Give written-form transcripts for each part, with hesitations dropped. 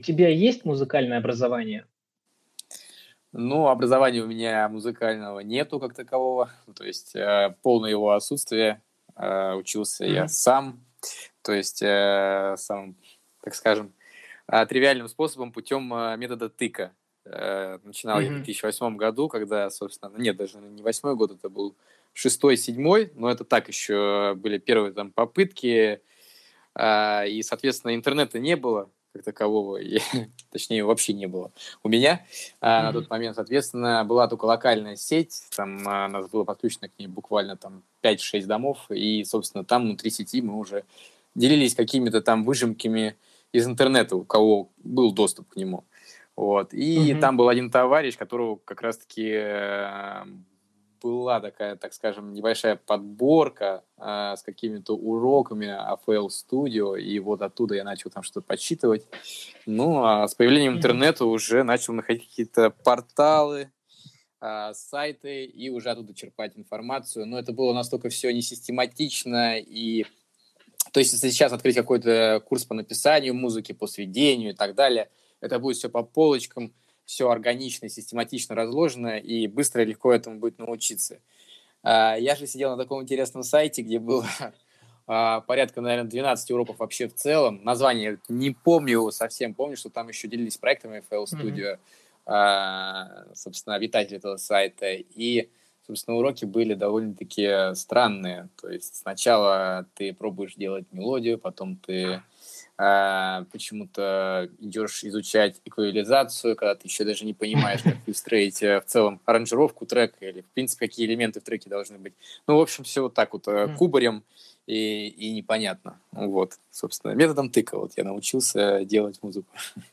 тебя есть музыкальное образование? Ну, образования у меня музыкального нету как такового, то есть полное его отсутствие. Учился я Мгм. сам, то есть самым, так скажем, тривиальным способом, путем метода тыка. Начинал я в Мгм. 2008 году, когда, собственно, нет, даже не восьмой год, это был шестой, седьмой, но это так еще были первые там попытки, и, соответственно, интернета не было как такового, и, точнее, вообще не было. У меня на Мгм. тот момент, соответственно, была только локальная сеть, там у нас было подключено к ней буквально там 5-6 домов, и, собственно, там внутри сети мы уже делились какими-то там выжимками из интернета, у кого был доступ к нему. Вот. И Мгм. там был один товарищ, которого как раз-таки была такая, так скажем, небольшая подборка с какими-то уроками AFL Studio, и вот оттуда я начал там что-то подсчитывать. Ну, а с появлением Мгм. интернета уже начал находить какие-то порталы, сайты, и уже оттуда черпать информацию. Но это было настолько все несистематично, и то есть если сейчас открыть какой-то курс по написанию музыки, по сведению и так далее, это будет все по полочкам, все органично, систематично разложено, и быстро и легко этому будет научиться. Я же сидел на таком интересном сайте, где было порядка, наверное, 12 уроков вообще в целом. Название не помню его совсем. Помню, что там еще делились проектами FL Мгм. Studio, собственно, обитатели этого сайта. И, собственно, уроки были довольно-таки странные. То есть сначала ты пробуешь делать мелодию, потом ты почему-то идешь изучать эквализацию, когда ты еще даже не понимаешь, как выстроить в целом аранжировку трека или, в принципе, какие элементы в треке должны быть. Ну, в общем, все вот так вот Мгм. кубарем и непонятно. Вот, собственно, методом тыка вот я научился делать музыку.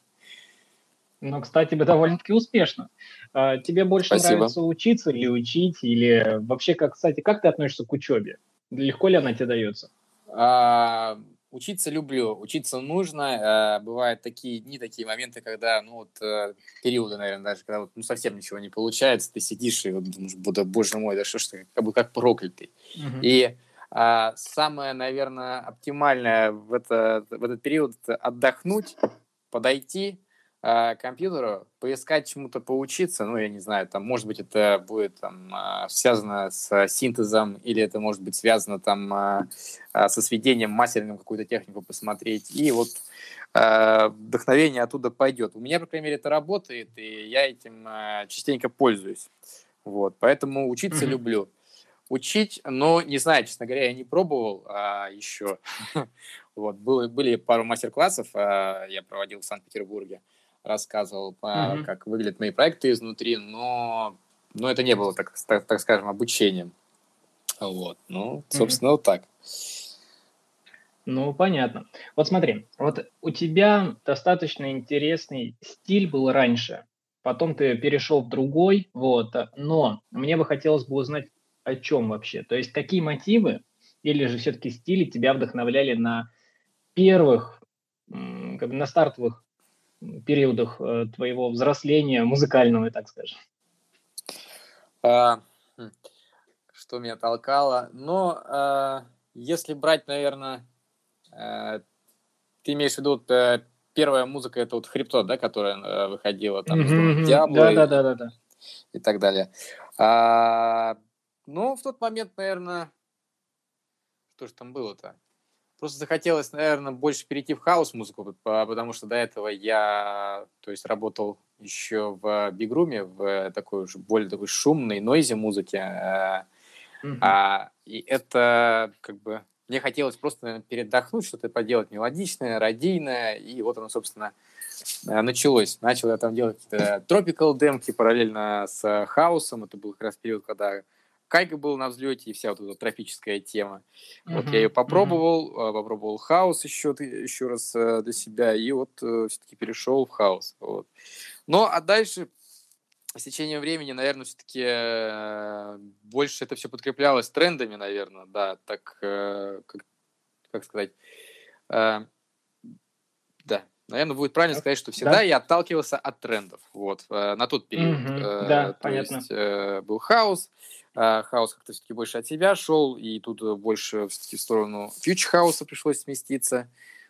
Ну, кстати, бы довольно-таки успешно. Тебе больше Спасибо. нравится учиться или учить, или вообще, как, кстати, как ты относишься к учебе? Легко ли она тебе дается? А, Учиться люблю, учиться нужно. Бывают такие дни, такие моменты, когда, ну вот, периоды, наверное, даже, когда вот, ну, совсем ничего не получается, ты сидишь и вот думаешь, боже мой, да что ж ты, как бы как проклятый. Мгм. И самое, наверное, оптимальное в этот период — это отдохнуть, подойти к компьютеру, поискать чему-то поучиться, ну, я не знаю, там, может быть, это будет там, связано с синтезом, или это может быть связано там со сведением, мастерингом какую-то технику посмотреть, и вот вдохновение оттуда пойдет. У меня, по крайней мере, это работает, и я этим частенько пользуюсь. Вот, поэтому учиться Мгм. люблю. Учить, но не знаю, честно говоря, я не пробовал еще. Вот, были пару мастер-классов, я проводил в Санкт-Петербурге, рассказывал, Мгм. как выглядят мои проекты изнутри, но это не было, так скажем, обучением. Вот, ну, Мгм. собственно, вот так. Ну, понятно. Вот смотри, вот у тебя достаточно интересный стиль был раньше, потом ты перешел в другой, вот, но мне бы хотелось бы узнать, о чем вообще. То есть какие мотивы или же все-таки стили тебя вдохновляли на первых, как бы на стартовых периодах твоего взросления музыкального, так скажем? А, хм, что меня толкало? Но если брать, наверное, ты имеешь в виду вот, первая музыка, это вот Хриптот, да, которая выходила там с Доном Диабло Да, да, да, да, да. и так далее. А, ну, в тот момент, наверное, что же там было-то? Просто захотелось, наверное, больше перейти в хаос-музыку, потому что до этого я, то есть, работал еще в бигруме, в такой уже более такой шумной, нойзи музыке. Мгм. И это как бы мне хотелось просто, наверное, передохнуть, что-то поделать мелодичное, радийное, и вот оно, собственно, началось. Начал я там делать какие-то tropical демки параллельно с хаосом. Это был как раз период, когда Кайга был на взлете и вся вот эта тропическая тема. Вот я ее Мгм. Мгм. попробовал хаос еще раз для себя, и вот все-таки перешел в хаос. Вот. Ну, а дальше с течением времени, наверное, все-таки больше это все подкреплялось трендами, наверное, да, так, как сказать, э, да, наверное, будет правильно Так, сказать, что всегда да. я отталкивался от трендов. Вот, на тот период. Мгм. Да, То понятно. есть был хаос, хаос как-то все-таки больше от себя шел, и тут больше все-таки в сторону фьючер хауса пришлось сместиться.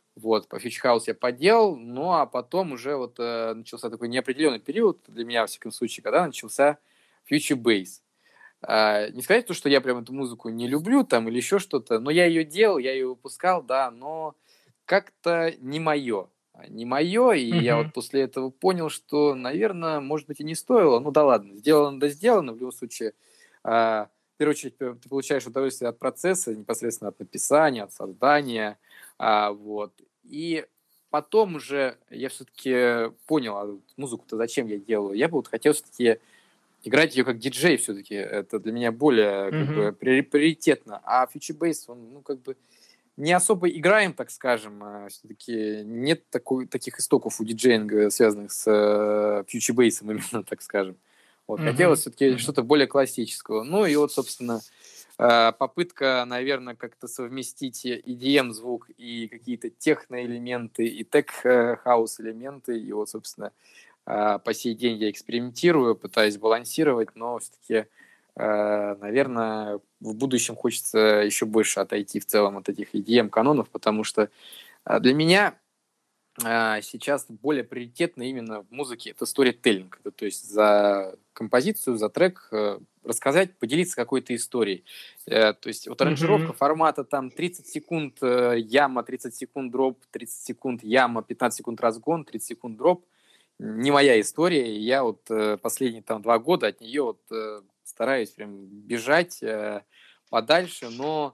Вот, по Future House я поделал, ну, а потом уже вот начался такой неопределенный период для меня, во всяком случае, когда начался Future Bass. Не сказать то, что я прям эту музыку не люблю там или еще что-то, но я ее делал, я ее выпускал, да, но как-то не мое. Не мое, и я вот Мгм. после этого понял, что, наверное, может быть, и не стоило. Ну да ладно, сделано да сделано, в любом случае. В первую очередь, ты получаешь удовольствие от процесса, непосредственно от написания, от создания. Вот. И потом уже я все-таки понял, а вот музыку-то зачем я делаю. Я бы вот хотел все-таки играть ее как диджей все-таки. Это для меня более как бы Мгм. приоритетно. А Future Bass, он, ну, как бы не особо играем, так скажем. Все-таки нет таких истоков у диджеинга, связанных с Future Bass, именно, так скажем. Вот. Хотелось Мгм. все-таки Мгм. что-то более классического. Ну и вот, собственно, попытка, наверное, как-то совместить EDM-звук и какие-то техно-элементы, и тех-хаус-элементы. И вот, собственно, по сей день я экспериментирую, пытаюсь балансировать, но все-таки, наверное, в будущем хочется еще больше отойти в целом от этих EDM-канонов, потому что для меня сейчас более приоритетно именно в музыке это сторителлинг. Это, то есть за композицию, за трек рассказать, поделиться какой-то историей. То есть вот аранжировка Мгм. формата там 30 секунд яма, 30 секунд дроп, 30 секунд яма, 15 секунд разгон, 30 секунд дроп. Не моя история. И я вот последние там 2 года от нее вот стараюсь прям бежать подальше, но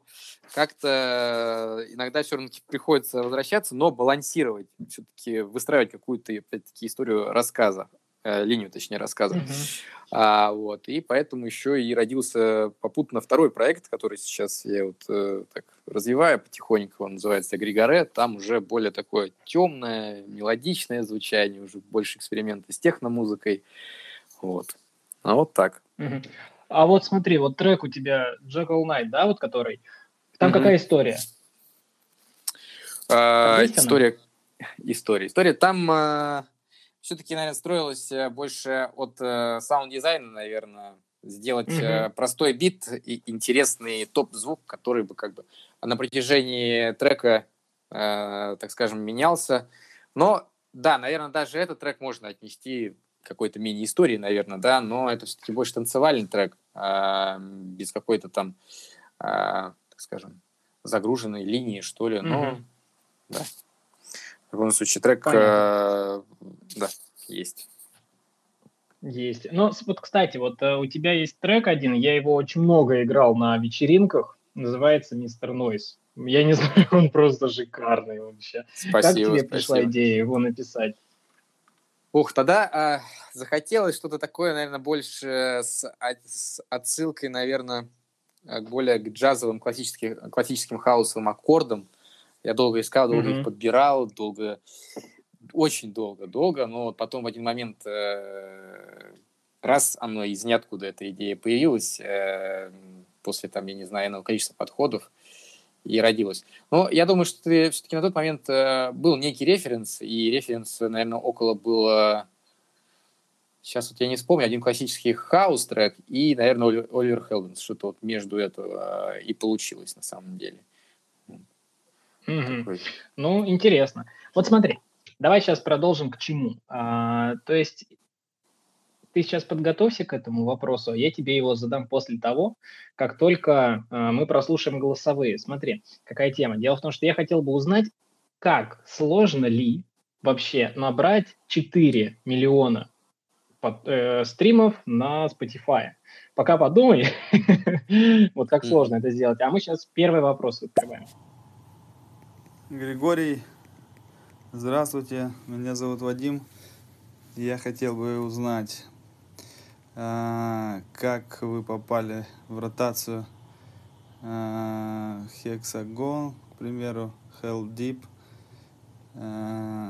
как-то иногда все равно приходится возвращаться, но балансировать, все-таки выстраивать какую-то, опять-таки, историю рассказа, линию, точнее, рассказа. Мгм. Вот. И поэтому еще и родился попутно второй проект, который сейчас я вот так развиваю потихоньку, он называется «Григоре». Там уже более такое темное, мелодичное звучание, уже больше эксперименты с техномузыкой. Вот. А вот так. Мгм. А вот смотри, вот трек у тебя Jekyll Knight, да, вот который. Там Мгм. какая история? Там есть она? История. История. Там все-таки, наверное, строилась больше от саунд-дизайна, наверное, сделать Мгм. простой бит и интересный топ-звук, который бы как бы на протяжении трека, так скажем, менялся. Но, да, наверное, даже этот трек можно отнести к какой-то мини-истории, наверное, да, но это все-таки больше танцевальный трек, без какой-то там, так скажем, загруженной линии, что ли. Мгм. Но, да. В любом случае, трек, Понятно. да, есть. Есть. Ну, вот, кстати, вот у тебя есть трек один, я его очень много играл на вечеринках, называется «Мистер Нойс». Я не знаю, он просто шикарный вообще. Как Спасибо, тебе пришла спасибо. идея его написать? Ух, тогда захотелось что-то такое, наверное, больше с отсылкой, наверное, более к джазовым классическим хаусовым аккордам. Я долго искал, долго их Мгм. подбирал, очень долго, но вот потом в один момент раз оно из ниоткуда эта идея появилась, после там, я не знаю, иного количества подходов, и родилась. Но я думаю, что все-таки на тот момент был некий референс, и референс, наверное, около было... Сейчас вот я не вспомню, один классический хаус-трек и, наверное, Оливер Хелденс. Что-то вот между этого и получилось на самом деле. Мгм. Такой. Ну, интересно. Вот смотри, давай сейчас продолжим к чему. То есть ты сейчас подготовься к этому вопросу, а я тебе его задам после того, как только мы прослушаем голосовые. Смотри, какая тема. Дело в том, что я хотел бы узнать, как сложно ли вообще набрать 4 миллиона стримов на Spotify. Пока подумай, вот как Мгм. сложно это сделать. А мы сейчас первый вопрос открываем. Григорий, здравствуйте, меня зовут Вадим. Я хотел бы узнать, как вы попали в ротацию Hexagon, к примеру, Hell Deep. А,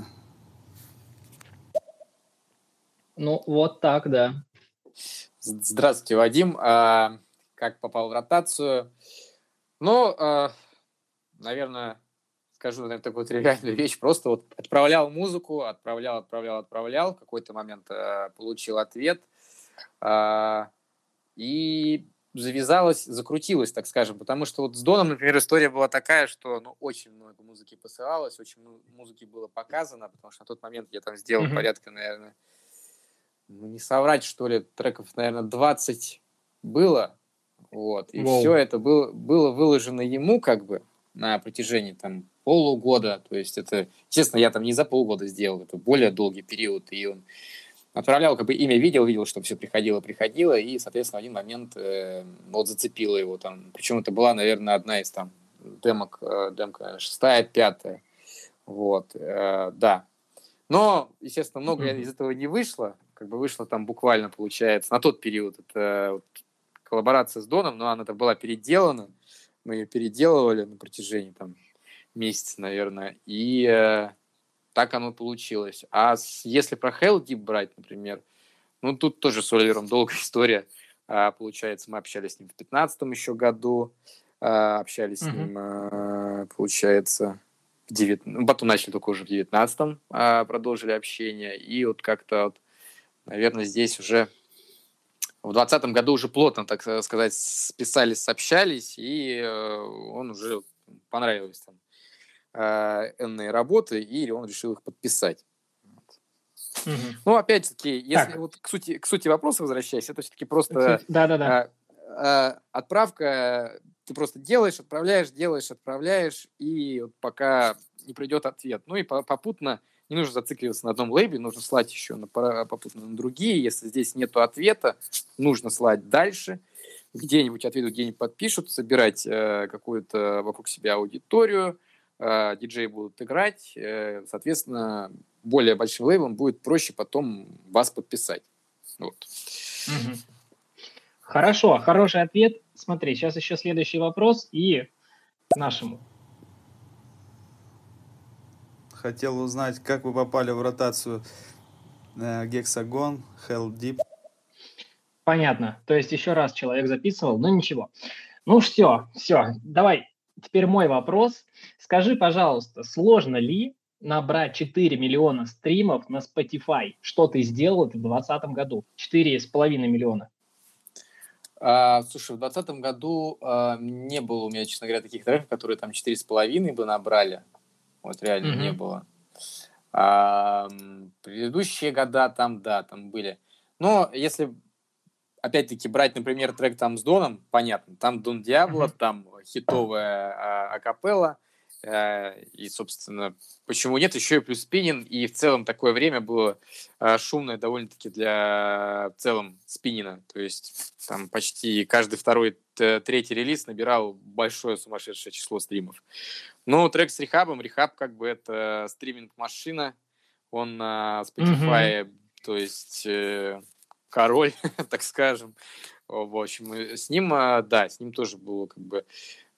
Ну, вот так, да. Здравствуйте, Вадим. Как попал в ротацию? Ну, наверное, скажу, наверное, такую тривиальную вещь. Просто вот отправлял музыку, отправлял. В какой-то момент получил ответ. А, И завязалось, закрутилось, так скажем, потому что вот с Доном, например, история была такая, что очень много музыки посылалось, очень много музыки было показано, потому что на тот момент я там сделал порядка, наверное, не соврать, что ли, треков, наверное, 20 было, вот, и все это было выложено ему как бы на протяжении там полугода, то есть это, естественно, я там не за полгода сделал, это более долгий период, и он отправлял как бы имя, видел, что все приходило, и, соответственно, в один момент зацепило его там, причем это была, наверное, одна из там демка 6-я, 5-я, вот, да. Но, естественно, многое из этого не вышло, как бы вышло там буквально, получается, на тот период, это коллаборация с Доном, но она-то была переделана, мы ее переделывали на протяжении там месяца, наверное, и так оно получилось. А если про Hell Deep брать, например, тут тоже с Оливером долгая история. Получается, мы общались с ним в 2015 еще году, общались с ним, получается, потом начали только уже в 2019 продолжили общение, и вот как-то, наверное, здесь уже в 2020 году уже плотно, так сказать, списались, общались, и он уже понравилось там энные работы, и он решил их подписать. Опять-таки, если к сути вопроса возвращаясь, это все-таки просто отправка, ты просто отправляешь, и пока не придет ответ. И попутно не нужно зацикливаться на одном лейбле, нужно слать еще попутно на другие. Если здесь нету ответа, нужно слать дальше. Где-нибудь ответят, где-нибудь подпишут, собирать какую-то вокруг себя аудиторию, диджеи будут играть, соответственно, более большим лейблом будет проще потом вас подписать. Вот. Хорошо, хороший ответ. Смотри, сейчас еще следующий вопрос и к нашему. Хотел узнать, как вы попали в ротацию Hexagon, Hell Deep. Понятно. То есть еще раз человек записывал, но ничего. Все. Давай, теперь мой вопрос. Скажи, пожалуйста, сложно ли набрать 4 миллиона стримов на Spotify? Что ты сделал в 2020 году? 4,5 миллиона. Слушай, в 2020 году не было у меня, честно говоря, таких треков, которые там 4,5 бы набрали. Вот реально не было. Предыдущие года там были. Но если опять-таки брать, например, трек там с Доном, понятно, там Дон Диабло, там хитовая акапелла, и, собственно, почему нет, еще и плюс спиннинг, и в целом такое время было шумное довольно-таки для в целом спиннина, то есть там почти каждый второй, третий релиз набирал большое сумасшедшее число стримов. Трек с Рехабом, Рехаб как бы это стриминг-машина, он на Spotify, то есть король, так скажем. В общем, с ним тоже было как бы,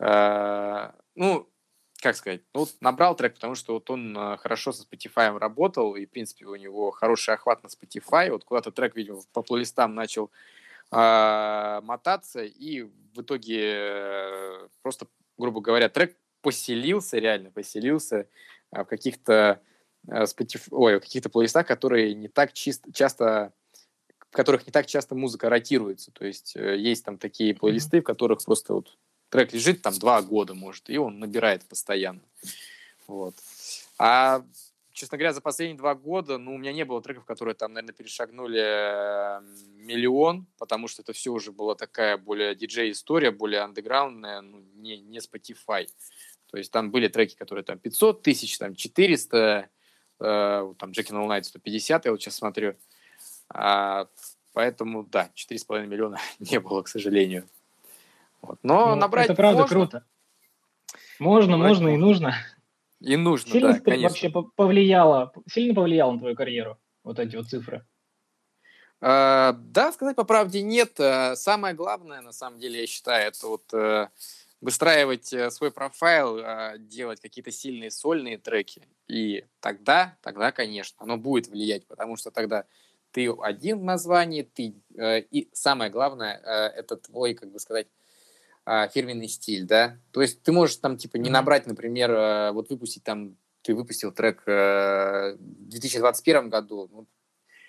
как сказать, набрал трек, потому что он хорошо со Spotify работал, и, в принципе, у него хороший охват на Spotify. Куда-то трек, видимо, по плейлистам начал мотаться, и в итоге просто, грубо говоря, трек реально поселился в каких-то в каких-то плейлистах, которые не так часто в которых не так часто музыка ротируется. То есть есть там такие плейлисты, в которых просто трек лежит там 2 года, может, и он набирает постоянно. Вот. А, честно говоря, за последние 2 года, у меня не было треков, которые там, наверное, перешагнули миллион, потому что это все уже была такая более диджей-история, более андеграундная, не Spotify. То есть там были треки, которые там 500 тысяч, там 400, там Jackin' All Night 150, я сейчас смотрю. Поэтому, 4,5 миллиона не было, к сожалению. Но набрать это правда можно. Круто. Можно и нужно. И нужно, сильно конечно. Вообще сильно повлияло на твою карьеру вот эти цифры? Сказать по правде нет. Самое главное, на самом деле, я считаю, это выстраивать свой профайл, делать какие-то сильные сольные треки. И тогда, конечно, оно будет влиять, потому что тогда ты один в названии, и самое главное, это твой, как бы сказать, фирменный стиль, да. То есть ты можешь там, не набрать, например, выпустить там, ты выпустил трек в 2021 году,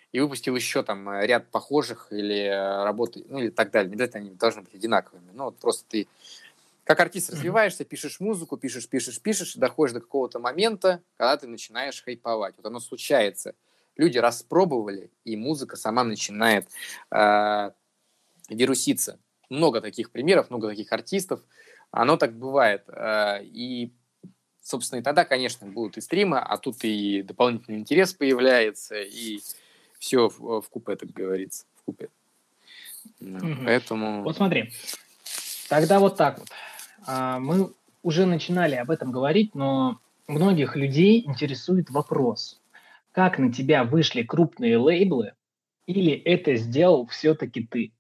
и выпустил еще там ряд похожих или работы, ну или так далее. Не обязательно они должны быть одинаковыми. Ну, вот просто ты как артист развиваешься, пишешь музыку, пишешь, и доходишь до какого-то момента, когда ты начинаешь хайповать. Вот оно случается. Люди распробовали, и музыка сама начинает вируситься. Много таких примеров, много таких артистов. Оно так бывает. И, собственно, и тогда, конечно, будут и стримы, а тут и дополнительный интерес появляется, и все в купе, так говорится. В купе. Поэтому... Вот смотри, тогда вот так вот. Мы уже начинали об этом говорить, но многих людей интересует вопрос. Как на тебя вышли крупные лейблы, или это сделал все-таки ты?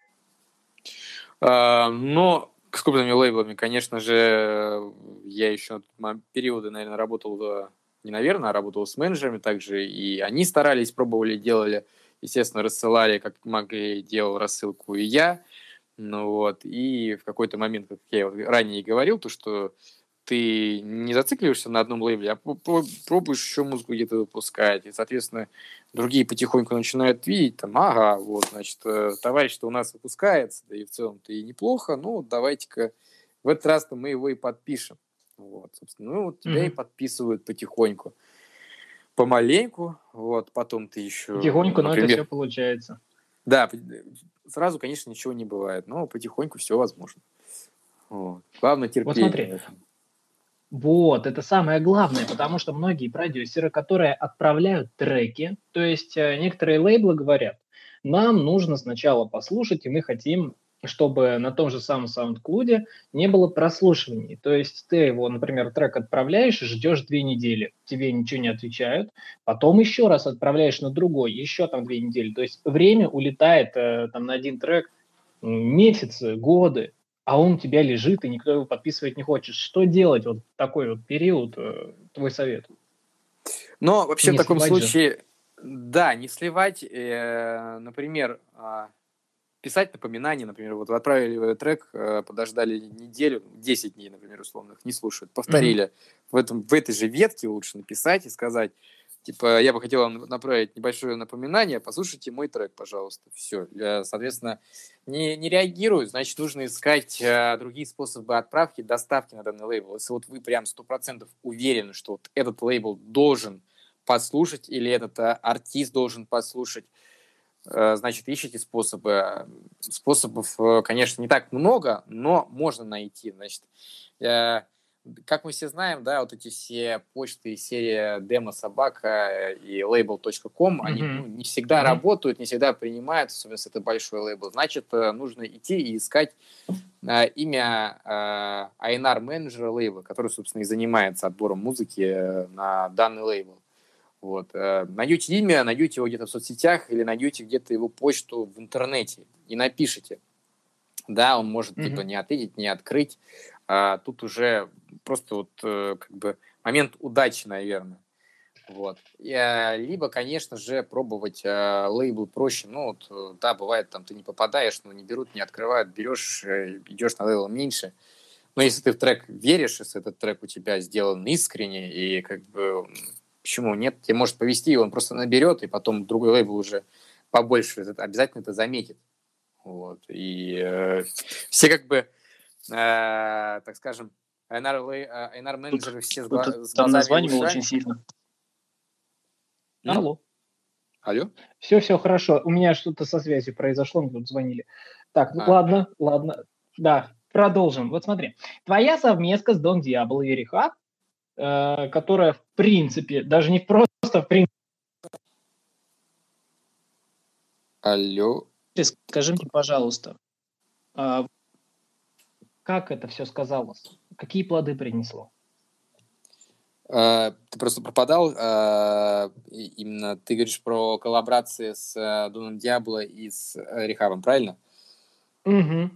Но с крупными лейблами, конечно же, я еще периоды, наверное, работал, не наверное, а работал с менеджерами также, и они старались, пробовали, делали, естественно, рассылали, как могли, делал рассылку и я. Ну вот, и в какой-то момент, как я ранее и говорил, то, что ты не зацикливаешься на одном лейбле, а пробуешь еще музыку где-то выпускать. И, соответственно, другие потихоньку начинают видеть, там, ага, вот, значит, товарищ-то у нас выпускается, да и в целом-то и неплохо, ну, давайте-ка в этот раз-то мы его и подпишем. Вот, собственно, ну, вот тебя и подписывают потихоньку. Помаленьку, вот, потом ты еще, Потихоньку, но это например... все получается. Да, сразу, конечно, ничего не бывает, но потихоньку все возможно. Вот. Главное терпение. Вот смотри, вот, это самое главное, потому что многие продюсеры, которые отправляют треки, то есть некоторые лейблы говорят, нам нужно сначала послушать, и мы хотим, чтобы на том же самом SoundCloud не было прослушиваний. То есть ты его, например, трек отправляешь, ждешь 2 недели, тебе ничего не отвечают, потом еще раз отправляешь на другой, еще там 2 недели. То есть время улетает там на один трек месяцы, годы, а он у тебя лежит, и никто его подписывать не хочет. Что делать вот в такой вот период? Твой совет? Но вообще Не в таком сливать случае, же. да, не сливать, например, писать напоминания, например, вот вы отправили трек, подождали неделю, 10 дней, например, условных, не слушают, повторили. В этой же ветке лучше написать и сказать, типа, я бы хотел вам направить небольшое напоминание, послушайте мой трек, пожалуйста. Все. Соответственно, не реагируют, значит, нужно искать другие способы отправки, доставки на данный лейбл. Если вот вы прям 100% уверены, что вот этот лейбл должен послушать или этот артист должен послушать, значит, ищите способы. Способов, конечно, не так много, но можно найти. Значит, как мы все знаем, да, вот эти все почты, серия демо-собака и label.com, они не всегда работают, не всегда принимают, особенно если это большой лейбл. Значит, нужно идти и искать имя A&R-менеджера лейбла, который, собственно, и занимается отбором музыки на данный лейбл. Вот. Найдете имя, найдете его где-то в соцсетях или найдете где-то его почту в интернете и напишите. Да, он может типа не ответить, не открыть. Тут уже просто вот как бы момент удачи, наверное. Вот. Либо, конечно же, пробовать лейбл проще. Ну, вот, да, бывает, там ты не попадаешь, но не берут, не открывают, берешь, идешь на лейбл меньше. Но если ты в трек веришь, если этот трек у тебя сделан искренне, и как бы почему нет, тебе может повезти, и он просто наберет, и потом другой лейбл уже побольше обязательно это заметит. Вот. И все как бы, так скажем, A&R-менеджеры все с Там глазами и названивал ушами. очень сильно. Алло. Алло? Все хорошо. У меня что-то со связью произошло, мне тут звонили. Так, ладно. Да, продолжим. Вот смотри. Твоя совместка с Дон Диабло и Рехаб, которая в принципе, даже не просто в принципе. Алло? Скажи мне, пожалуйста, как это все сказалось? Какие плоды принесло? Ты просто пропадал. Именно ты говоришь про коллаборации с Доном Диабло и с Рехабом, правильно? Угу.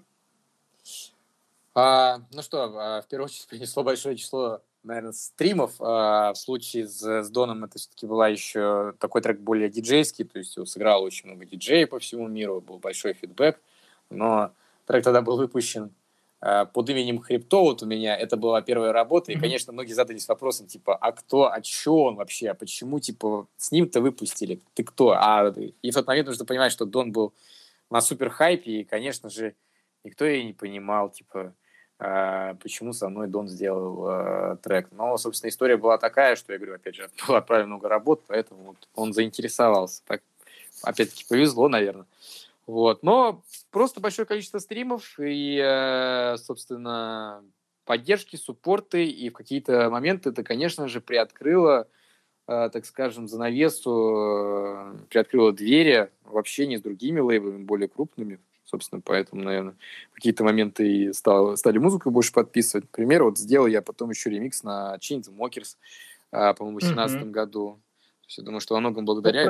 Ну что, в первую очередь принесло большое число, наверное, стримов. В случае с Доном это все-таки была еще такой трек более диджейский, то есть его сыграло очень много диджеев по всему миру, был большой фидбэк, но трек тогда был выпущен под именем Хрипто, вот у меня это была первая работа, и, конечно, многие задались вопросом, типа, а кто, а чё он вообще, а почему, типа, с ним-то выпустили, ты кто? И в тот момент нужно понимать, что Дон был на супер хайпе, и, конечно же, никто и не понимал, типа, почему со мной Дон сделал трек. Но, собственно, история была такая, что, я говорю, опять же, было отправлено много работ, поэтому вот он заинтересовался. Так, опять-таки, повезло, наверное. Вот. Но просто большое количество стримов и, собственно, поддержки, суппорты, и в какие-то моменты это, конечно же, приоткрыло, так скажем, занавесу, приоткрыло двери в общении с другими лейблами, более крупными. Собственно, поэтому, наверное, в какие-то моменты и стали музыку больше подписывать. Например, вот сделал я потом еще ремикс на Chainsmokers, по-моему, в 2018 году. То есть я думаю, что во многом благодаря...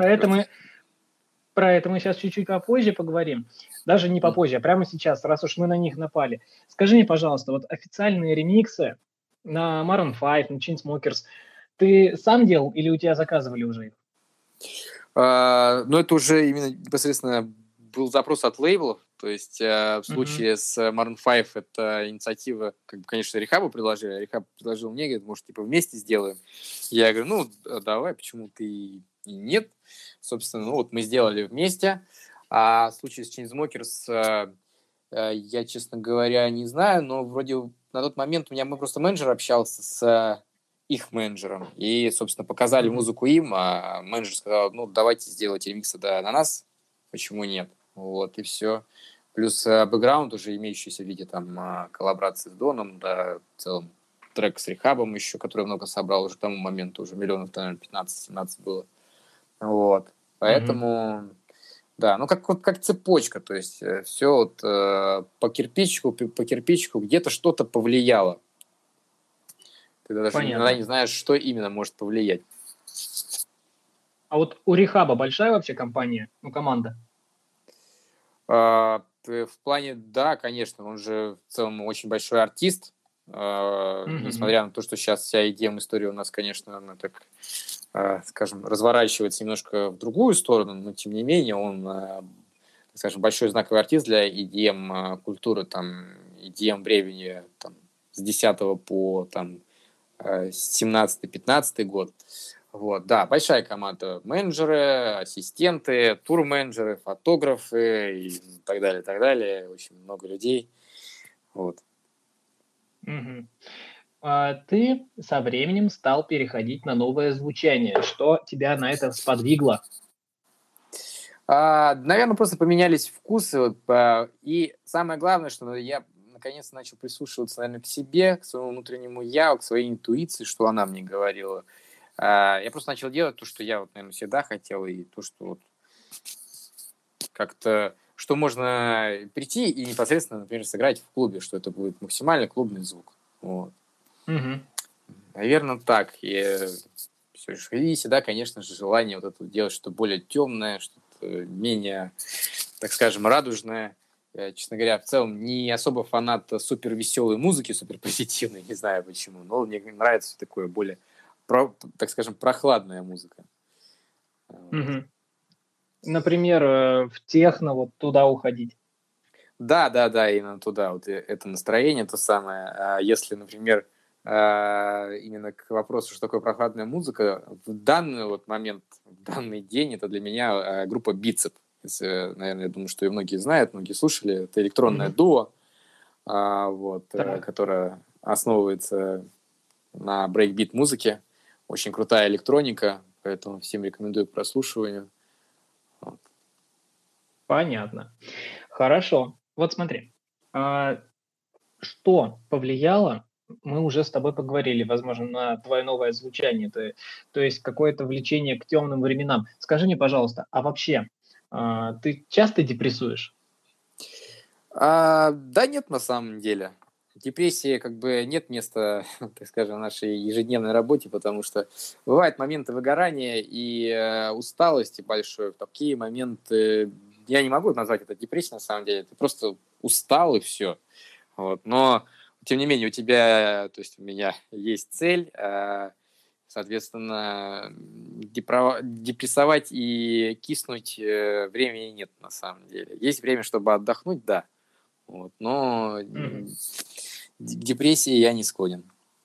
Про это мы сейчас чуть-чуть попозже поговорим. Даже не попозже, а прямо сейчас, раз уж мы на них напали. Скажи мне, пожалуйста, вот официальные ремиксы на Maroon 5, на Chainsmokers, ты сам делал или у тебя заказывали уже их? Ну, это уже именно непосредственно был запрос от лейблов. То есть в случае с Maroon 5 это инициатива, как бы, конечно, Рехабу предложили. А Рехаб предложил мне, говорит, может, типа вместе сделаем. Я говорю, ну, давай, почему ты и нет. Собственно, ну, вот мы сделали вместе. А в случае с Chainsmokers я, честно говоря, не знаю, но вроде на тот момент мы просто менеджер общался с их менеджером. И, собственно, показали музыку им, а менеджер сказал, ну, давайте сделайте ремиксы на нас. Почему нет? Вот, и все. Плюс бэкграунд, уже имеющийся в виде там коллаборации с Доном, да, в целом трек с Рехабом еще, который много собрал уже к тому моменту, уже миллионов, наверное, 15-17 было. Вот. Поэтому, да, ну как цепочка, то есть все вот по кирпичику где-то что-то повлияло. Ты даже иногда не знаешь, что именно может повлиять. А вот у Рехаба большая вообще компания, ну, команда? В плане, да, конечно, он же в целом очень большой артист, несмотря на то, что сейчас вся EDM-история у нас, конечно, она так, скажем, разворачивается немножко в другую сторону, но тем не менее он, скажем, большой знаковый артист для EDM-культуры, там, EDM времени там, с 10 по там, 17-15 год. Вот, да, большая команда, менеджеры, ассистенты, турменеджеры, фотографы и так далее, так далее. Очень много людей. Вот. Ты со временем стал переходить на новое звучание. Что тебя на это сподвигло? Наверное, просто поменялись вкусы. Вот, и самое главное, что я наконец начал прислушиваться, наверное, к себе, к своему внутреннему я, к своей интуиции, что она мне говорила. Я просто начал делать то, что я, вот, наверное, всегда хотел, и то, что вот как-то, что можно прийти и непосредственно, например, сыграть в клубе, что это будет максимально клубный звук. Вот. Наверное, так. И всегда, конечно же, желание вот это делать что-то более темное, что-то менее, так скажем, радужное. Я, честно говоря, в целом не особо фанат супер веселой музыки, супер позитивной, не знаю почему, но мне нравится такое более, так скажем, прохладная музыка. Например, в техно вот туда уходить. Да, именно туда. Вот это настроение то самое. Если, например, именно к вопросу, что такое прохладная музыка, в данный вот момент, в данный день, это для меня группа Bicep. Наверное, я думаю, что и многие знают, многие слушали. Это электронное дуо, вот, которое основывается на брейкбит музыке. Очень крутая электроника, поэтому всем рекомендую к прослушиванию. Вот. Понятно. Хорошо. Вот смотри, что повлияло, мы уже с тобой поговорили, возможно, на твое новое звучание, то есть какое-то влечение к темным временам. Скажи мне, пожалуйста, а вообще ты часто депрессуешь? Да нет, на самом деле. Депрессии как бы нет места, так скажем, в нашей ежедневной работе, потому что бывают моменты выгорания и усталости большой. В такие моменты я не могу назвать это депрессией, на самом деле. Ты просто устал и все. Вот. Но, тем не менее, у тебя, то есть у меня есть цель, соответственно, депрессовать и киснуть времени нет, на самом деле. Есть время, чтобы отдохнуть, да. Вот. Но к депрессии я не склонен.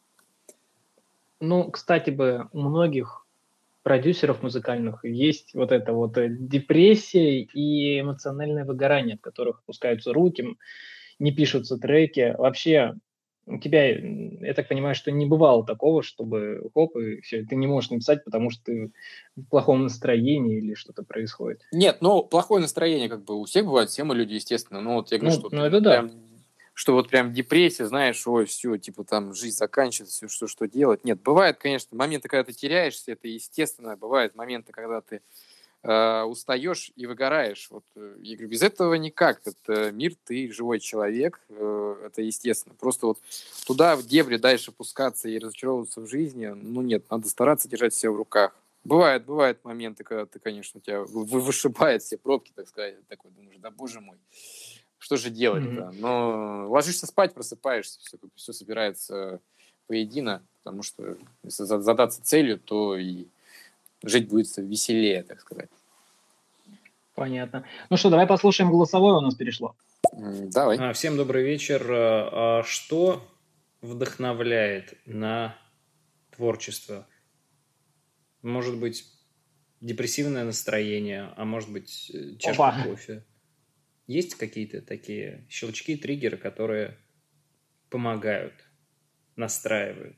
Ну, кстати бы, у многих продюсеров музыкальных есть вот это вот депрессия и эмоциональное выгорание, от которых опускаются руки, не пишутся треки. Вообще, у тебя, я так понимаю, что не бывало такого, чтобы хоп, и все, ты не можешь написать, потому что ты в плохом настроении или что-то происходит. Нет, ну, плохое настроение как бы у всех бывает, все мы люди, естественно. Но вот я говорю, Ну, что вот ну именно это да. прям, что вот прям депрессия, знаешь, ой, все, типа там жизнь заканчивается, все, что делать. Нет, бывает, конечно, моменты, когда ты теряешься, это естественно. Бывают моменты, когда ты устаешь и выгораешь. Вот, я говорю, без этого никак. Это мир, ты живой человек, это естественно. Просто вот туда, в дебри, дальше опускаться и разочаровываться в жизни, ну нет, надо стараться держать себя в руках. Бывают моменты, когда ты, конечно, у тебя вышибает все пробки, так сказать, такой думаешь, да боже мой, что же делать-то? Но ложишься спать, просыпаешься, все собирается воедино, потому что если задаться целью, то и жить будет веселее, так сказать. Понятно. Ну что, давай послушаем голосовое, у нас перешло. Давай. Всем добрый вечер. Что вдохновляет на творчество? Может быть, депрессивное настроение, а может быть, чашка кофе. Есть какие-то такие щелчки, триггеры, которые помогают, настраивают?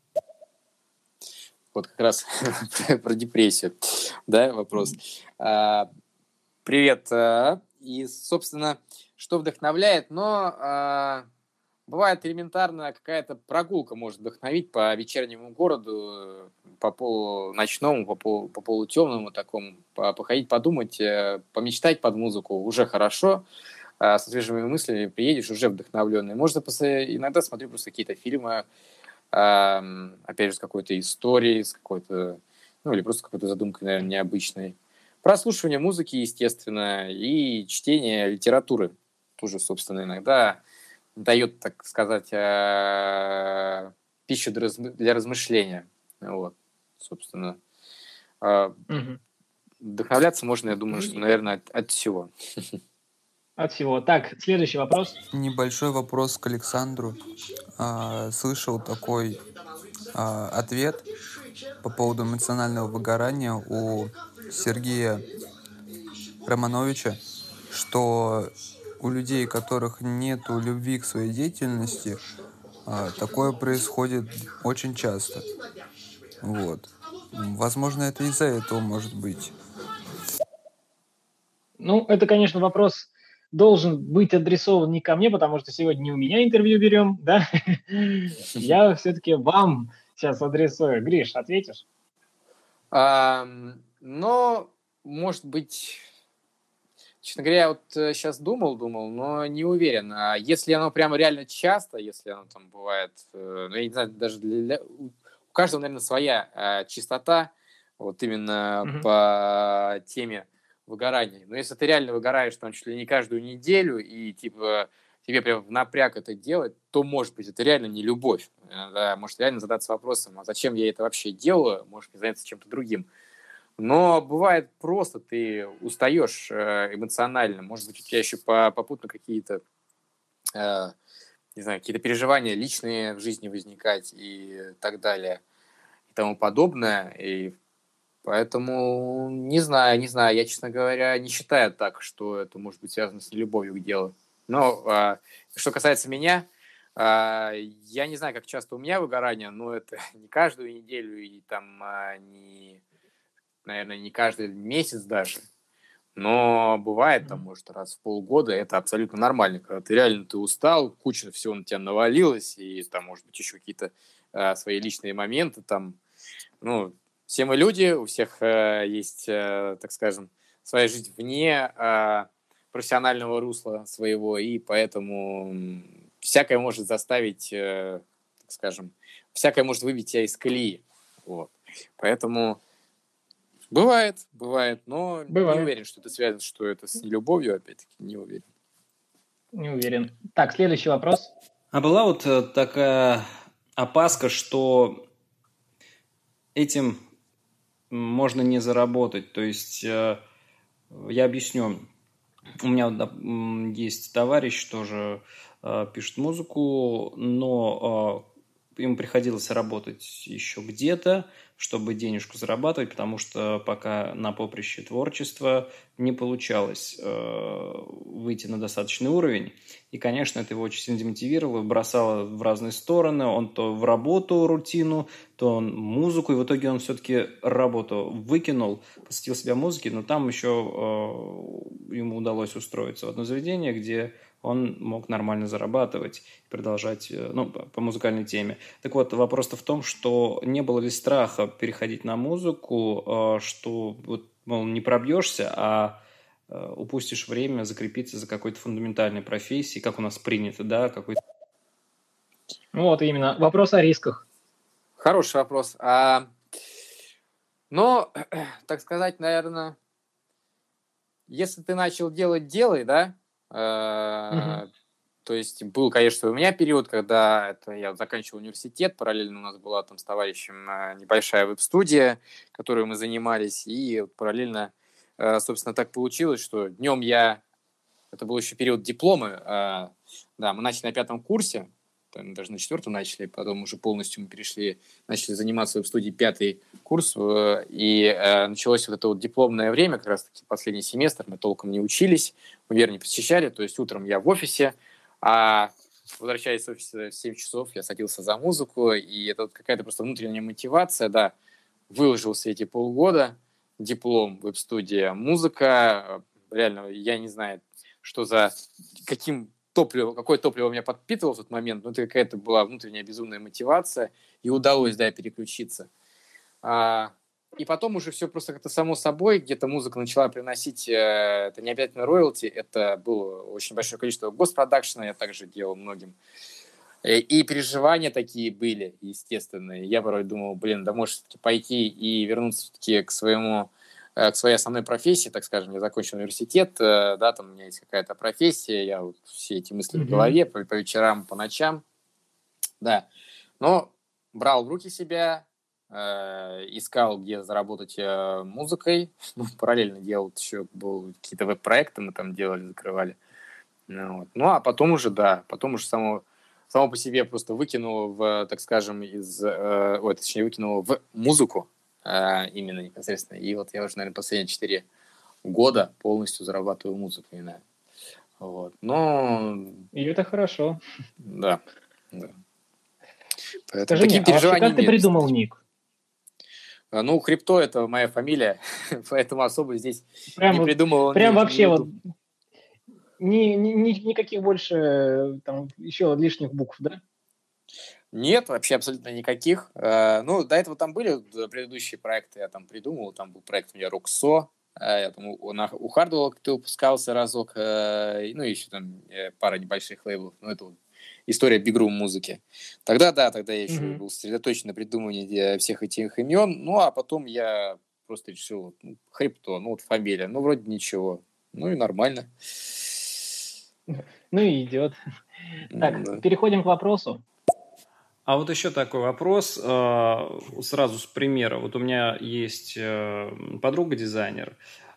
Вот как раз про депрессию, да, вопрос. Привет. И, собственно, что вдохновляет, но бывает элементарно какая-то прогулка может вдохновить по вечернему городу, по полуночному, по полутемному такому, походить, подумать, помечтать под музыку уже хорошо, со свежими мыслями приедешь уже вдохновленный. Можно иногда смотрю просто какие-то фильмы, опять же, с какой-то историей, с какой-то, ну, или просто какой-то задумкой, наверное, необычной. Прослушивание музыки, естественно, и чтение литературы тоже, собственно, иногда дает, так сказать, пищу для размышления. Вот, собственно. Вдохновляться можно, я думаю, что, наверное, от всего. От всего. Так, следующий вопрос. Небольшой вопрос к Александру. Слышал такой ответ по поводу эмоционального выгорания у Сергея Романовича, что у людей, у которых нет любви к своей деятельности, такое происходит очень часто. Вот. Возможно, это из-за этого может быть. Ну, это, конечно, вопрос должен быть адресован не ко мне, потому что сегодня не у меня интервью берем, да? Я все-таки вам сейчас адресую. Гриш, ответишь? Но, может быть, честно говоря, я вот сейчас думал, но не уверен. А если оно прямо реально часто, если оно там бывает, ну, я не знаю, даже у каждого, наверное, своя частота, вот именно по теме выгорания. Но если ты реально выгораешь там чуть ли не каждую неделю, и типа тебе прям в напряг это делать, то, может быть, это реально не любовь. Да, может реально задаться вопросом, а зачем я это вообще делаю, может заняться чем-то другим. Но бывает просто, ты устаешь эмоционально. Может быть, у тебя еще попутно какие-то, не знаю, какие-то переживания личные в жизни возникать и так далее, и тому подобное. И поэтому не знаю. Я, честно говоря, не считаю так, что это может быть связано с нелюбовью к делу. Но что касается меня, я не знаю, как часто у меня выгорание, но это не каждую неделю и там наверное, не каждый месяц даже, но бывает там, может, раз в полгода, это абсолютно нормально, когда ты устал, куча всего на тебя навалилось, и там, может быть, еще какие-то свои личные моменты там, ну, все мы люди, у всех есть, так скажем, своя жизнь вне профессионального русла своего, и поэтому всякое может заставить, так скажем, всякое может выбить тебя из колеи, вот, поэтому бывает, но не уверен, что это связано, что это с нелюбовью, опять-таки, не уверен. Не уверен. Так, следующий вопрос. А была вот такая опаска, что этим можно не заработать. То есть, я объясню. У меня есть товарищ, тоже пишет музыку, но ему приходилось работать еще где-то, чтобы денежку зарабатывать, потому что пока на поприще творчества не получалось выйти на достаточный уровень. И, конечно, это его очень сильно демотивировало, бросало в разные стороны. Он то в работу, рутину, то он музыку. И в итоге он все-таки работу выкинул, посвятил себя музыке, но там еще ему удалось устроиться в одно заведение, где он мог нормально зарабатывать, продолжать, по музыкальной теме. Так вот, вопрос-то в том, что не было ли страха переходить на музыку, что, мол, не пробьешься, а упустишь время закрепиться за какой-то фундаментальной профессией, как у нас принято, да, какой-то... Вот именно. Вопрос о рисках. Хороший вопрос. Но, так сказать, наверное, если ты начал делать, делай, да? То есть был, конечно, у меня период, когда я заканчивал университет, параллельно у нас была там с товарищем небольшая веб-студия, которой мы занимались, и параллельно, собственно, так получилось, что днем это был еще период диплома, да, мы начали на 5 курсе, там, даже на 4 начали, потом уже полностью мы начали заниматься в веб-студии 5 курс, и началось вот это вот дипломное время, как раз-таки последний семестр, мы толком не учились, универ не посещали, то есть утром я в офисе, а возвращаясь с офиса в 7 часов, я садился за музыку, и это вот какая-то просто внутренняя мотивация, да, выложил все эти полгода, диплом, веб-студия, музыка, реально, я не знаю, какое топливо меня подпитывало в тот момент, но это какая-то была внутренняя безумная мотивация, и удалось, да, переключиться. И потом уже все просто как-то само собой, где-то музыка начала приносить, это не обязательно роялти, это было очень большое количество госпродакшена, я также делал многим. И переживания такие были, естественные. Я порой думал, да может все-таки пойти и вернуться все-таки к своей основной профессии, так скажем. Я закончил университет, да, там у меня есть какая-то профессия, я вот все эти мысли в голове по вечерам, по ночам, да. Но брал в руки себя, искал, где заработать музыкой, параллельно делал еще какие-то веб-проекты мы там делали, закрывали. Ну, а потом уже само по себе просто выкинуло так скажем, выкинуло в музыку именно непосредственно. И вот я уже, наверное, последние 4 года полностью зарабатываю музыкой. Вот. И это хорошо. Да. Поэтому скажи мне, а вообще как ты придумал ник? Хрипто — это моя фамилия, поэтому особо здесь не придумывал. Прям вообще вот никаких больше там еще лишних букв, да? Нет, вообще абсолютно никаких. До этого там были предыдущие проекты, я там придумал. Там был проект у меня Роксо, я там у Хардвелла как-то выпускался разок, еще там пара небольших лейблов. Это вот история бигрум музыки. Тогда я еще был сосредоточен на придумывании всех этих имен, а потом я просто решил, Хрипто, фамилия, вроде ничего, и нормально. И идет. Так, переходим к вопросу. А вот еще такой вопрос, сразу с примера. Вот у меня есть подруга-дизайнер,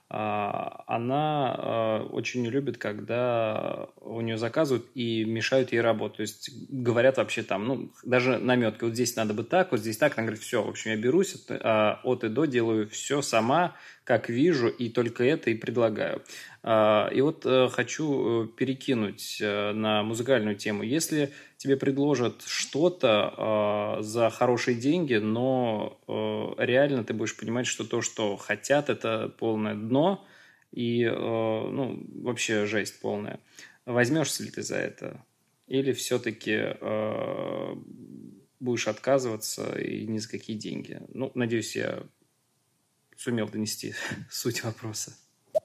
она очень не любит, когда у нее заказывают и мешают ей работать. То есть говорят вообще там, даже наметки, вот здесь надо бы так, вот здесь так. Она говорит, все, в общем, я берусь от и до, делаю все сама, как вижу, и только это и предлагаю. И вот хочу перекинуть на музыкальную тему. Если тебе предложат что-то за хорошие деньги, но реально ты будешь понимать, что то, что хотят, это полное дно и вообще жесть полная. Возьмешься ли ты за это? Или все-таки будешь отказываться и ни за какие деньги? Надеюсь, я сумел донести суть вопроса.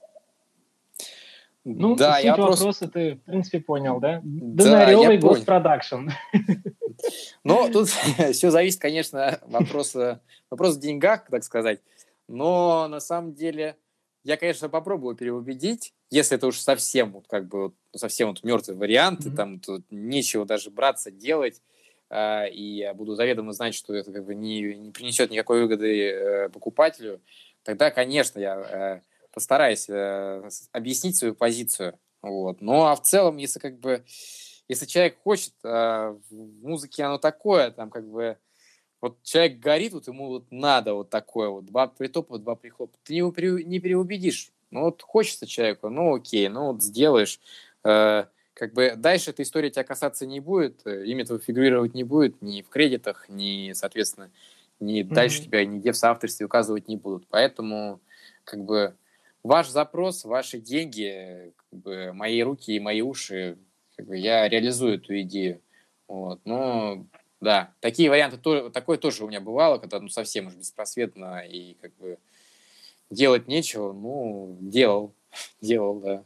Суть вопроса ты, в принципе, понял, да? Донаревый госпродакшн. Тут все зависит, конечно, вопрос в деньгах, так сказать. Но на самом деле я, конечно, попробую переубедить, если это уж совсем совсем мертвый вариант, и там тут нечего даже браться, делать, и я буду заведомо знать, что это не принесет никакой выгоды покупателю, тогда, конечно, я постараюсь объяснить свою позицию. Вот. Ну, а в целом, если человек хочет, в музыке оно такое, там как бы вот человек горит, вот ему вот надо вот такое вот, 2 притопа, 2 прихлопа. Ты не переубедишь. Ну, вот хочется человеку, ну, окей, ну, вот сделаешь. Как бы дальше эта история тебя касаться не будет, имя твое фигурировать не будет ни в кредитах, ни, соответственно, ни дальше тебя нигде в соавторстве указывать не будут. Поэтому, как бы, ваш запрос, ваши деньги, как бы, мои руки и мои уши, как бы, я реализую эту идею. Вот. Но, да, такие варианты, такое тоже у меня бывало, когда, ну, совсем уж беспросветно и, как бы, делать нечего, ну, делал, да.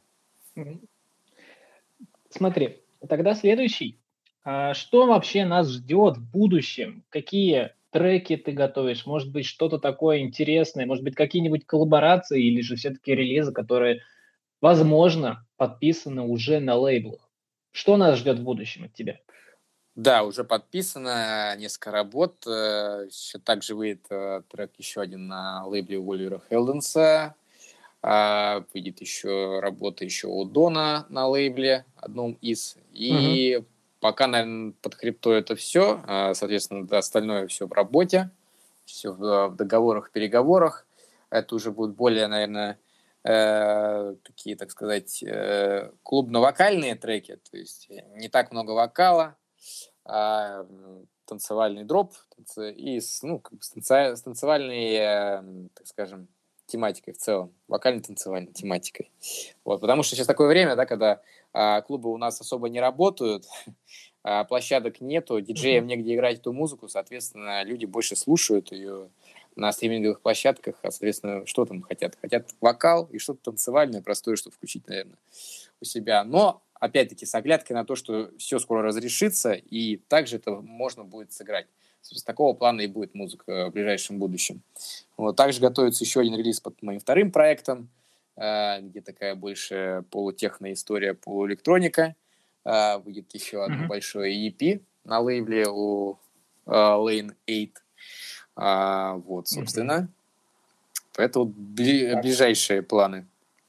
Смотри, тогда следующий. Что вообще нас ждет в будущем? Какие треки ты готовишь? Может быть, что-то такое интересное? Может быть, какие-нибудь коллаборации или же все-таки релизы, которые, возможно, подписаны уже на лейблах? Что нас ждет в будущем от тебя? Да, уже подписано несколько работ. Еще также выйдет трек еще один на лейбле Оливера Хелденса. Выйдет еще работа еще у Дона на лейбле, одном из. И пока, наверное, под крипто это все. Соответственно, остальное все в работе. Все в договорах, переговорах. Это уже будут более, наверное, такие, так сказать, клубно-вокальные треки. То есть не так много вокала, а танцевальный дроп и ну, как бы с танцевальной, так скажем, тематикой в целом, вокально-танцевальной тематикой. Вот, потому что сейчас такое время, да, когда клубы у нас особо не работают, площадок нету, диджеям негде играть эту музыку, соответственно, люди больше слушают ее на стриминговых площадках, а, соответственно, что там хотят? Хотят вокал и что-то танцевальное, простое, чтобы включить, наверное, у себя. Но, опять-таки, с оглядкой на то, что все скоро разрешится, и также это можно будет сыграть. С такого плана и будет музыка в ближайшем будущем. Вот. Также готовится еще один релиз под моим вторым проектом, где такая больше полутехная история, полуэлектроника. Выйдет еще одно большое EP на лейбле у Lane 8. Вот, собственно. Это вот ближайшие планы.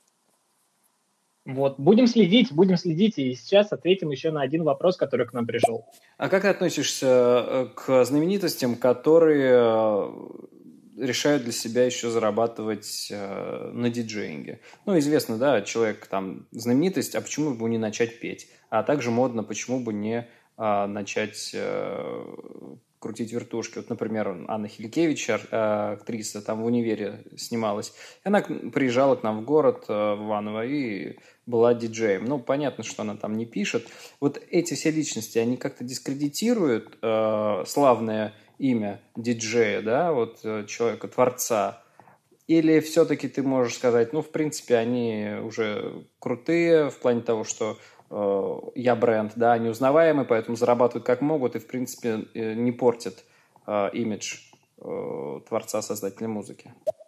Вот, будем следить, и сейчас ответим еще на один вопрос, который к нам пришел. А как ты относишься к знаменитостям, которые решают для себя еще зарабатывать на диджеинге? Ну, известно, да, человек там знаменитость, а почему бы не начать петь? А также модно, почему бы не начать крутить вертушки. Вот, например, Анна Хилькевич, актриса, там в универе снималась. Она приезжала к нам в город, в Иваново, и была диджеем. Ну, понятно, что она там не пишет. Вот эти все личности, они как-то дискредитируют славное имя диджея, да, вот человека, творца. Или все-таки ты можешь сказать, ну, в принципе, они уже крутые в плане того, что я бренд, да, они узнаваемы, поэтому зарабатывают как могут и, в принципе, не портят имидж творца, создателя музыки.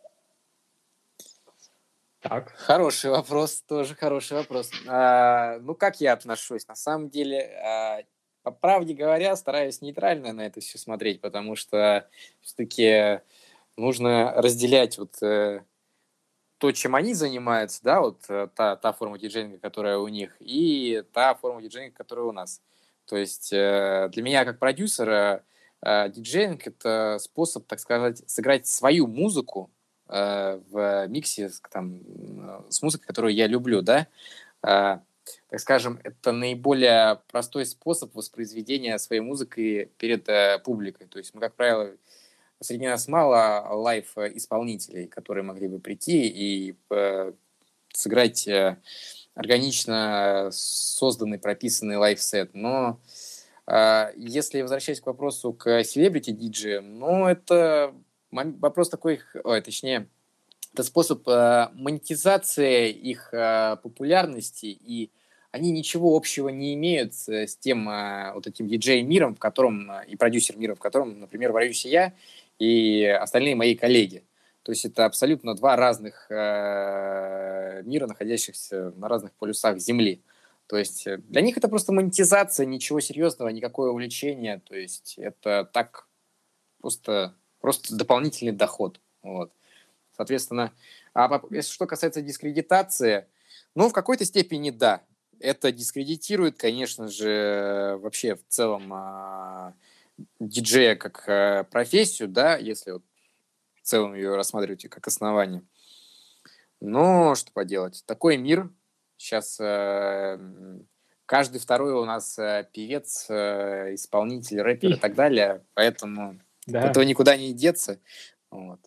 Так. Хороший вопрос, тоже хороший вопрос. Ну, как я отношусь? На самом деле, по правде говоря, стараюсь нейтрально на это все смотреть, потому что все-таки нужно разделять вот то, чем они занимаются, да, вот та форма диджеинга, которая у них, и та форма диджеинга, которая у нас. То есть для меня, как продюсера, диджеинг — это способ, так сказать, сыграть свою музыку в миксе там, с музыкой, которую я люблю, да. Так скажем, это наиболее простой способ воспроизведения своей музыки перед публикой. То есть мы, как правило, среди нас мало лайв-исполнителей, которые могли бы прийти и сыграть органично созданный, прописанный лайв-сет. Но если возвращаясь к вопросу к селебрити-диджеям, ну, это вопрос такой, точнее, это способ монетизации их популярности, и они ничего общего не имеют с тем вот этим диджей-миром, в котором, и продюсер-миром, в котором, например, варюсь я и остальные мои коллеги. То есть это абсолютно два разных мира, находящихся на разных полюсах Земли. То есть для них это просто монетизация, ничего серьезного, никакое увлечение. То есть это так просто дополнительный доход. Вот. Соответственно, если что касается дискредитации, ну, в какой-то степени да. Это дискредитирует, конечно же, вообще в целом диджея как профессию, да, если вот в целом ее рассматривать как основание. Но что поделать, такой мир. Сейчас каждый второй у нас певец, исполнитель, рэпер и так далее, поэтому от этого никуда не деться. Вот.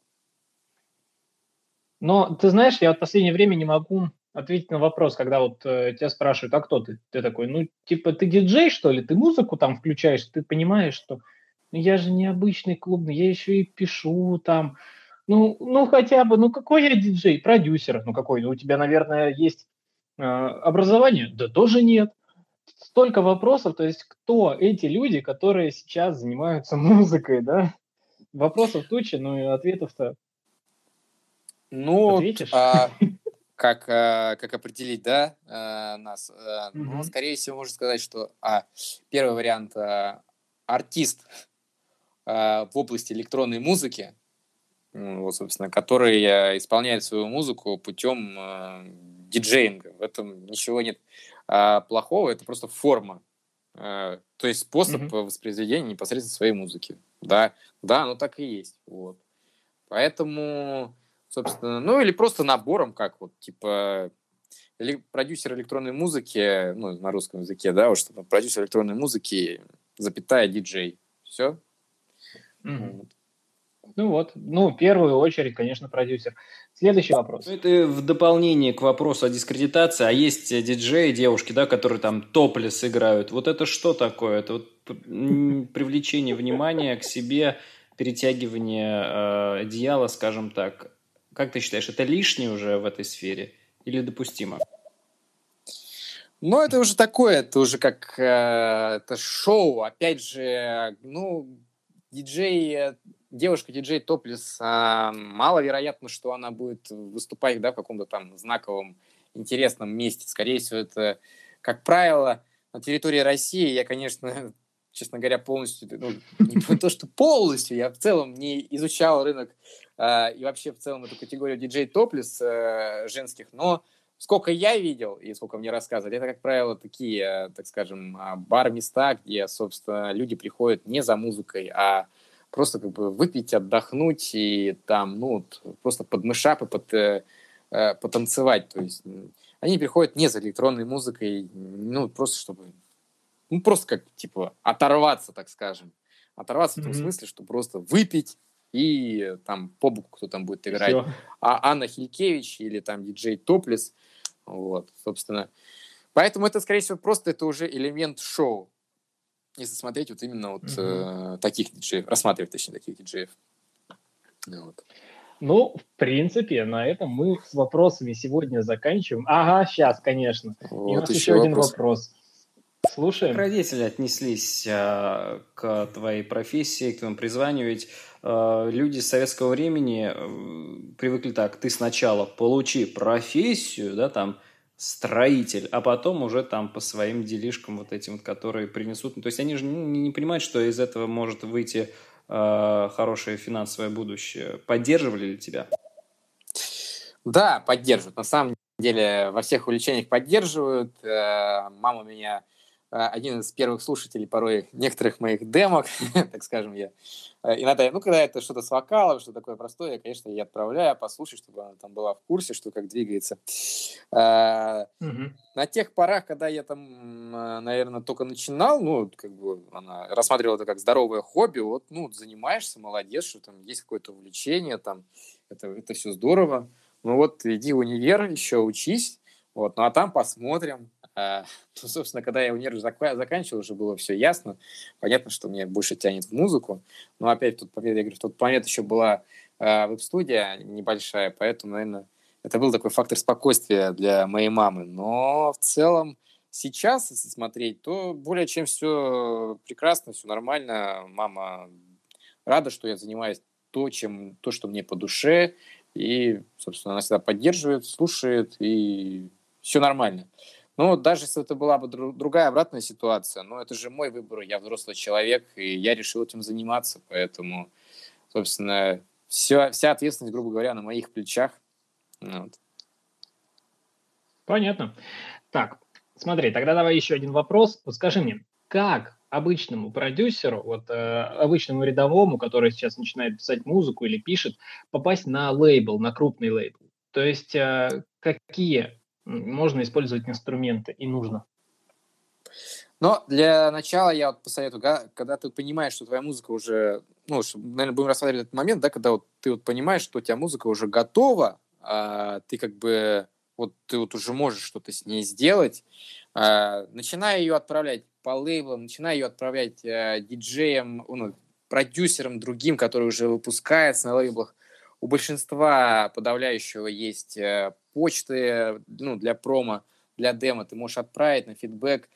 Но ты знаешь, я в последнее время не могу ответить на вопрос, когда вот тебя спрашивают, а кто ты? Ты такой, ну, типа, ты диджей, что ли? Ты музыку там включаешь, ты понимаешь, что ну, я же не обычный клубный, я еще и пишу там. Ну, хотя бы, ну, какой я диджей? Продюсер. Ну, какой? Ну, у тебя, наверное, есть образование? Да тоже нет. Столько вопросов, то есть кто эти люди, которые сейчас занимаются музыкой, да? Вопросов туча, ну и ответов-то Ну, ответишь. как определить, да, нас? Ну, скорее всего, можно сказать, что первый вариант артист в области электронной музыки, вот, собственно, который исполняет свою музыку путем диджеинга. В этом ничего нет плохого, это просто форма. То есть способ воспроизведения непосредственно своей музыки. Да, оно так и есть. Вот. Поэтому, собственно, ну или просто набором, как вот, типа, продюсер электронной музыки, ну, на русском языке, да, вот что продюсер электронной музыки, запятая, диджей. Все. Вот. Ну, в первую очередь, конечно, продюсер. Следующий вопрос. Ну, это в дополнение к вопросу о дискредитации, а есть диджеи, девушки, да, которые там топлес играют. Вот это что такое? Это вот привлечение внимания к себе, перетягивание одеяла, скажем так. Как ты считаешь, это лишнее уже в этой сфере или допустимо? Ну, это уже такое, это уже как это шоу. Опять же, ну, девушка-диджей топлес, маловероятно, что она будет выступать, да, в каком-то там знаковом, интересном месте. Скорее всего, это, как правило, на территории России. Я, конечно, честно говоря, полностью, ну, не то, что полностью, я в целом не изучал рынок и вообще в целом эту категорию диджей топлес женских, но сколько я видел и сколько мне рассказывали, это, как правило, такие, так скажем, бар-места, где, собственно, люди приходят не за музыкой, а просто как бы выпить, отдохнуть и там, ну, просто под мышап и потанцевать. То есть они приходят не за электронной музыкой, ну, просто чтобы, ну, просто как, типа, оторваться, так скажем. Оторваться в том смысле, что просто выпить и там по боку кто там будет играть. Всё. А Анна Хилькевич или там диджей Топлес, вот, собственно. Поэтому это, скорее всего, просто это уже элемент шоу. Если смотреть вот именно вот таких диджеев, рассматривать, точнее, таких диджеев. Вот. Ну, в принципе, на этом мы с вопросами сегодня заканчиваем. Ага, сейчас, конечно. Вот и у нас еще один вопрос. Слушаем. Как родители отнеслись к твоей профессии, к твоему призванию? Ведь люди с советского времени привыкли так: ты сначала получи профессию, да, там, строитель, а потом уже там по своим делишкам вот этим, которые принесут. То есть они же не понимают, что из этого может выйти хорошее финансовое будущее. Поддерживали ли тебя? Да, поддерживают. На самом деле во всех увлечениях поддерживают. Мама меня один из первых слушателей порой некоторых моих демок, так скажем, я иногда, ну, когда это что-то с вокалом, что такое простое, я, конечно, ей отправляю послушать, чтобы она там была в курсе, что как двигается. На тех порах, когда я там, наверное, только начинал, ну, как бы она рассматривала это как здоровое хобби, вот, ну, занимаешься, молодец, что там есть какое-то увлечение, там, это все здорово. Ну, вот, иди в универ, еще учись, вот, ну, а там посмотрим. Ну, собственно, когда я универ заканчивал, уже было все ясно. Понятно, что мне больше тянет в музыку. Но опять, я говорю, в тот момент еще была веб-студия небольшая, поэтому, наверное, это был такой фактор спокойствия для моей мамы. Но в целом сейчас, если смотреть, то более чем все прекрасно, все нормально. Мама рада, что я занимаюсь то, что мне по душе. И, собственно, она всегда поддерживает, слушает, и все нормально. Ну, даже если это была бы другая обратная ситуация, но это же мой выбор, я взрослый человек, и я решил этим заниматься, поэтому, собственно, вся ответственность, грубо говоря, на моих плечах. Вот. Понятно. Так, смотри, тогда давай еще один вопрос. Вот скажи мне, как обычному продюсеру, обычному рядовому, который сейчас начинает писать музыку или пишет, попасть на лейбл, на крупный лейбл? То есть какие можно использовать инструменты и нужно? Но для начала я вот посоветую, когда ты понимаешь, что твоя музыка уже, наверное, будем рассматривать этот момент, да, когда вот ты вот понимаешь, что у тебя музыка уже готова, ты как бы ты вот уже можешь что-то с ней сделать, начинай ее отправлять по лейблам, начинай ее отправлять диджеям, продюсерам другим, которые уже выпускаются на лейблах. У большинства подавляющего есть почты для промо, для демо. Ты можешь отправить на фидбэк.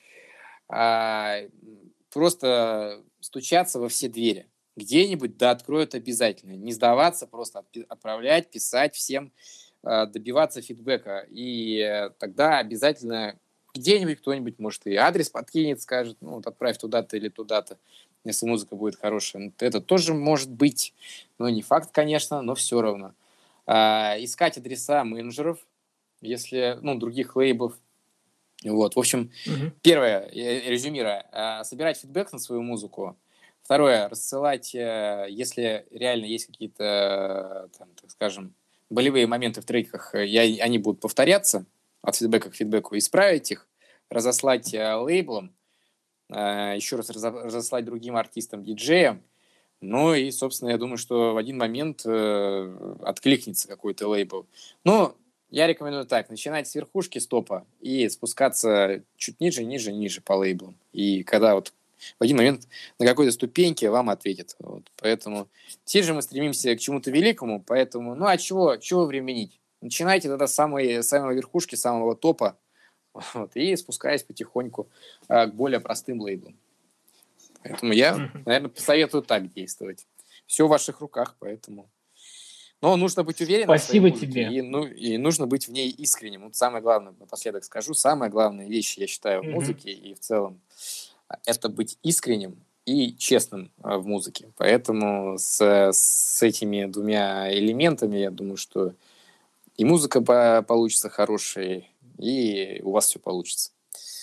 Просто стучаться во все двери. Где-нибудь откроют обязательно. Не сдаваться, просто отправлять, писать всем, добиваться фидбэка. И тогда обязательно где-нибудь кто-нибудь, может, и адрес подкинет, скажет, отправь туда-то или туда-то, если музыка будет хорошая. Это тоже может быть. Не факт, конечно, но все равно. Искать адреса менеджеров, если, других лейблов. В общем, первое, резюмируя, собирать фидбэк на свою музыку. Второе, рассылать, если реально есть какие-то, так скажем, болевые моменты в треках, они будут повторяться от фидбэка к фидбэку, исправить их, разослать лейблам, еще раз разослать другим артистам, диджеям. И, собственно, я думаю, что в один момент откликнется какой-то лейбл. Я рекомендую так, начинать с верхушки стопа и спускаться чуть ниже, ниже, ниже по лейблам. И когда в один момент на какой-то ступеньке вам ответят. Поэтому все же мы стремимся к чему-то великому, поэтому, чего временить? Начинайте тогда с самой верхушки, самого топа, и спускаясь потихоньку к более простым лейблам. Поэтому я, наверное, посоветую так действовать. Все в ваших руках, поэтому... Но нужно быть уверенным в своей музыке, тебе. И нужно быть в ней искренним. Самое главное, напоследок скажу, самая главная вещь, я считаю, в музыке и в целом, это быть искренним и честным в музыке. Поэтому с этими двумя элементами, я думаю, что и музыка получится хорошей, и у вас все получится.